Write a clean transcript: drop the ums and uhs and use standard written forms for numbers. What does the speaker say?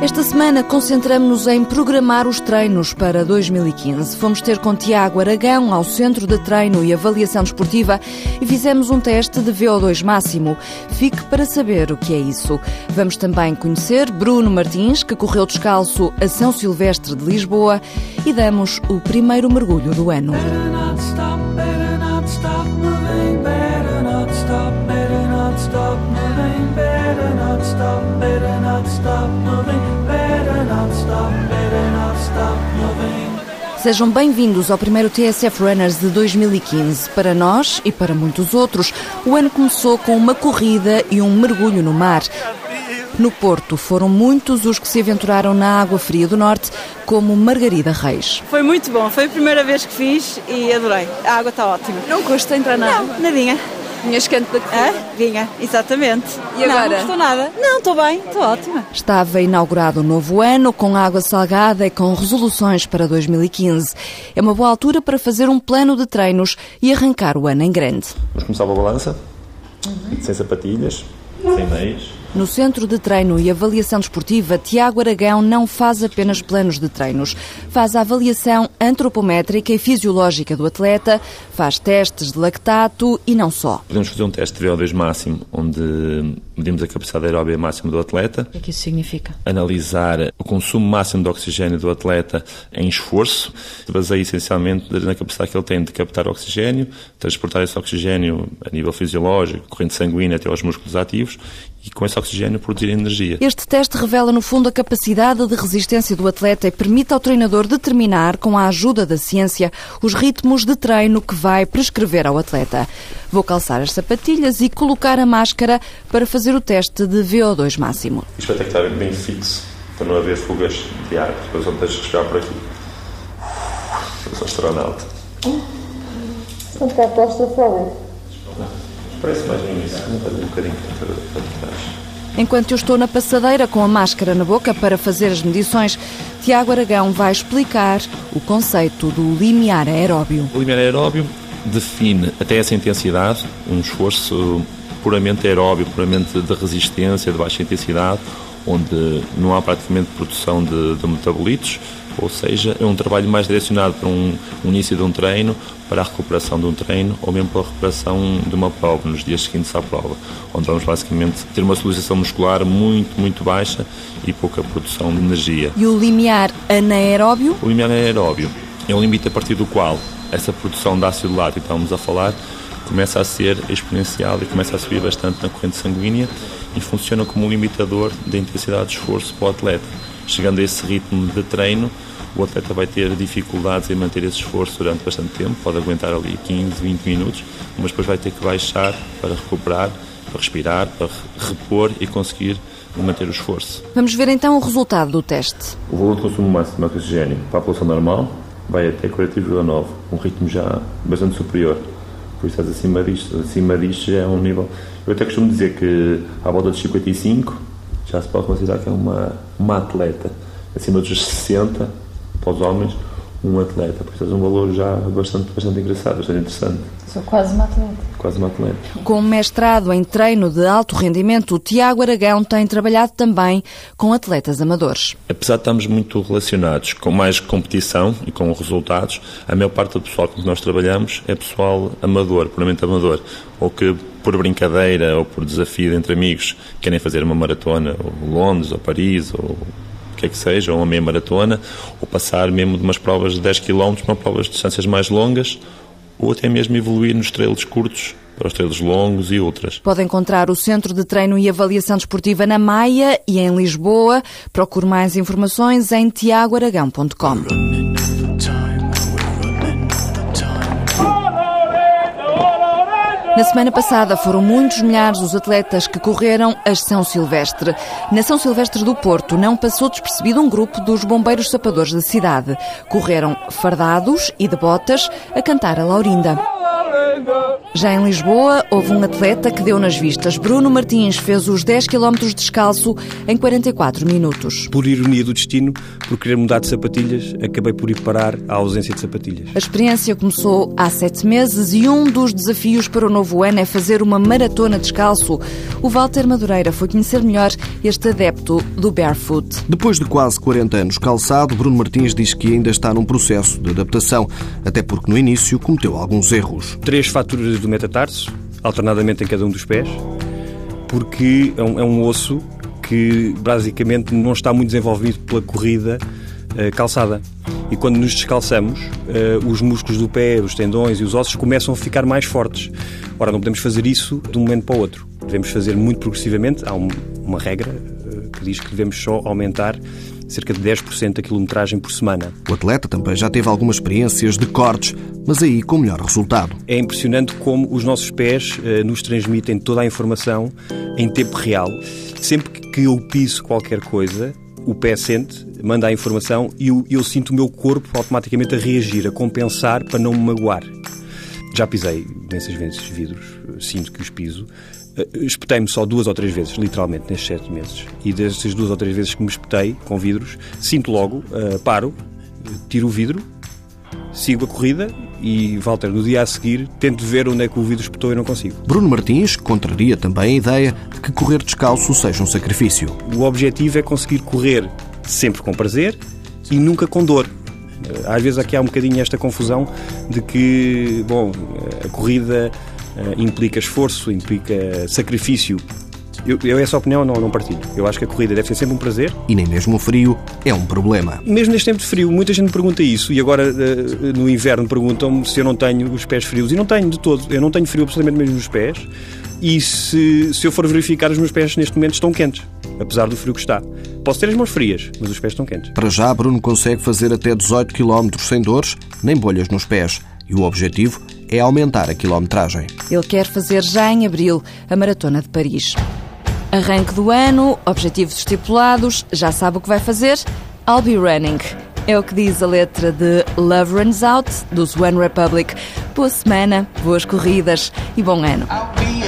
Esta semana concentramos-nos em programar os treinos para 2015. Fomos ter com Tiago Aragão ao Centro de Treino e Avaliação Desportiva e fizemos um teste de VO2 máximo. Fique para saber o que é isso. Vamos também conhecer Bruno Martins, que correu descalço a São Silvestre de Lisboa, e damos o primeiro mergulho do ano. Sejam bem-vindos ao primeiro TSF Runners de 2015. Para nós e para muitos outros, o ano começou com uma corrida e um mergulho no mar. No Porto, foram muitos os que se aventuraram na água fria do Norte, como Margarida Reis. Foi muito bom, foi a primeira vez que fiz e adorei. A água está ótima. Não custa entrar na água? Não, nadinha. Vinhas quente da corrida? Vinha, exatamente. E agora? Não gostou nada. Não, estou bem, estou ótima. Estava inaugurado o novo ano, com água salgada e com resoluções para 2015. É uma boa altura para fazer um plano de treinos e arrancar o ano em grande. Vamos começar com a balança, sem sapatilhas, sem meios. No Centro de Treino e Avaliação Desportiva, Tiago Aragão não faz apenas planos de treinos. Faz a avaliação antropométrica e fisiológica do atleta, faz testes de lactato e não só. Podemos fazer um teste de VO2 máximo, onde medimos a capacidade aeróbica máxima do atleta. O que é que isso significa? Analisar o consumo máximo de oxigênio do atleta em esforço. Se baseia essencialmente na capacidade que ele tem de captar oxigênio, transportar esse oxigênio a nível fisiológico, corrente sanguínea até aos músculos ativos, e com esse oxigênio produzir energia. Este teste revela, no fundo, a capacidade de resistência do atleta e permite ao treinador determinar, com a ajuda da ciência, os ritmos de treino que vai prescrever ao atleta. Vou calçar as sapatilhas e colocar a máscara para fazer o teste de VO2 máximo. Isto vai ter que estar bem fixo, para não haver fugas de ar. Depois não tens de respirar por aqui. Eu sou astronauta. Não está claustrofóbico. Parece mais no início, um bocadinho para trás. Enquanto eu estou na passadeira com a máscara na boca para fazer as medições, Tiago Aragão vai explicar o conceito do limiar aeróbio. O limiar aeróbio define até essa intensidade, um esforço puramente aeróbio, puramente de resistência, de baixa intensidade, onde não há praticamente produção de metabolitos, ou seja, é um trabalho mais direcionado para um início de um treino, para a recuperação de um treino ou mesmo para a recuperação de uma prova, nos dias seguintes à prova, onde vamos basicamente ter uma solicitação muscular muito baixa e pouca produção de energia. E o limiar anaeróbio? O limiar anaeróbio é um limite a partir do qual essa produção de ácido lático que estamos a falar começa a ser exponencial e começa a subir bastante na corrente sanguínea e funciona como um limitador da intensidade de esforço para o atleta. Chegando a esse ritmo de treino, o atleta vai ter dificuldades em manter esse esforço durante bastante tempo, pode aguentar ali 15, 20 minutos, mas depois vai ter que baixar para recuperar, para respirar, para repor e conseguir manter o esforço. Vamos ver então o resultado do teste. O valor de consumo máximo de oxigênio para a população normal vai até 40,9, um ritmo já bastante superior. Por isso estás acima disto já é um nível... Eu até costumo dizer que à volta dos 55 já se pode considerar que é uma atleta. Acima dos 60, para os homens, um atleta. Por isso é um valor já bastante engraçado, bastante interessante. Sou quase uma atleta. Quase uma atleta. Com um mestrado em treino de alto rendimento, o Tiago Aragão tem trabalhado também com atletas amadores. Apesar de estarmos muito relacionados com mais competição e com resultados, a maior parte do pessoal com que nós trabalhamos é pessoal amador, puramente amador, ou que por brincadeira ou por desafio entre amigos querem fazer uma maratona, ou Londres, ou Paris, ou o que é que seja, ou uma meia maratona, ou passar mesmo de umas provas de 10 km para provas de distâncias mais longas, ou até mesmo evoluir nos trails curtos para os trails longos e outras. Pode encontrar o Centro de Treino e Avaliação Desportiva na Maia e em Lisboa. Procure mais informações em tiagoaragão.com. Na semana passada foram muitos milhares os atletas que correram a São Silvestre. Na São Silvestre do Porto não passou despercebido um grupo dos bombeiros sapadores da cidade. Correram fardados e de botas a cantar a Laurinda. Já em Lisboa, houve um atleta que deu nas vistas. Bruno Martins fez os 10 km descalço em 44 minutos. Por ironia do destino, por querer mudar de sapatilhas, acabei por ir parar à ausência de sapatilhas. A experiência começou há 7 meses e um dos desafios para o novo ano é fazer uma maratona descalço. O Walter Madureira foi conhecer melhor este adepto do barefoot. Depois de quase 40 anos calçado, Bruno Martins diz que ainda está num processo de adaptação, até porque no início cometeu alguns erros. 3 fraturas do metatarso, alternadamente em cada um dos pés, porque é um osso que basicamente não está muito desenvolvido pela corrida calçada. E quando nos descalçamos, os músculos do pé, os tendões e os ossos começam a ficar mais fortes. Ora, não podemos fazer isso de um momento para o outro. Devemos fazer muito progressivamente. Há uma regra que diz que devemos só aumentar cerca de 10% da quilometragem por semana. O atleta também já teve algumas experiências de cortes, mas aí com melhor resultado. É impressionante como os nossos pés nos transmitem toda a informação em tempo real. Sempre que eu piso qualquer coisa, o pé sente, manda a informação e eu sinto o meu corpo automaticamente a reagir, a compensar para não me magoar. Já pisei imensas vezes vidros, sinto que os piso. Espetei-me só 2 ou 3 vezes, literalmente, nestes 7 meses. E destas 2 ou 3 vezes que me espetei com vidros, sinto logo, paro, tiro o vidro, sigo a corrida e, Walter, no dia a seguir, tento ver onde é que o vidro espetou e não consigo. Bruno Martins contraria também a ideia de que correr descalço seja um sacrifício. O objetivo é conseguir correr sempre com prazer e nunca com dor. Às vezes aqui há um bocadinho esta confusão de que, a corrida implica esforço, implica sacrifício. Eu essa opinião não partilho. Eu acho que a corrida deve ser sempre um prazer. E nem mesmo o frio é um problema. Mesmo neste tempo de frio, muita gente me pergunta isso. E agora, no inverno, perguntam-me se eu não tenho os pés frios. E não tenho de todo. Eu não tenho frio absolutamente mesmo nos pés. E se eu for verificar, os meus pés neste momento estão quentes, apesar do frio que está. Posso ter as mãos frias, mas os pés estão quentes. Para já, Bruno consegue fazer até 18 km sem dores, nem bolhas nos pés. E o objetivo é aumentar a quilometragem. Ele quer fazer já em abril a Maratona de Paris. Arranque do ano, objetivos estipulados, já sabe o que vai fazer? I'll be running. É o que diz a letra de Love Runs Out, dos One Republic. Boa semana, boas corridas e bom ano.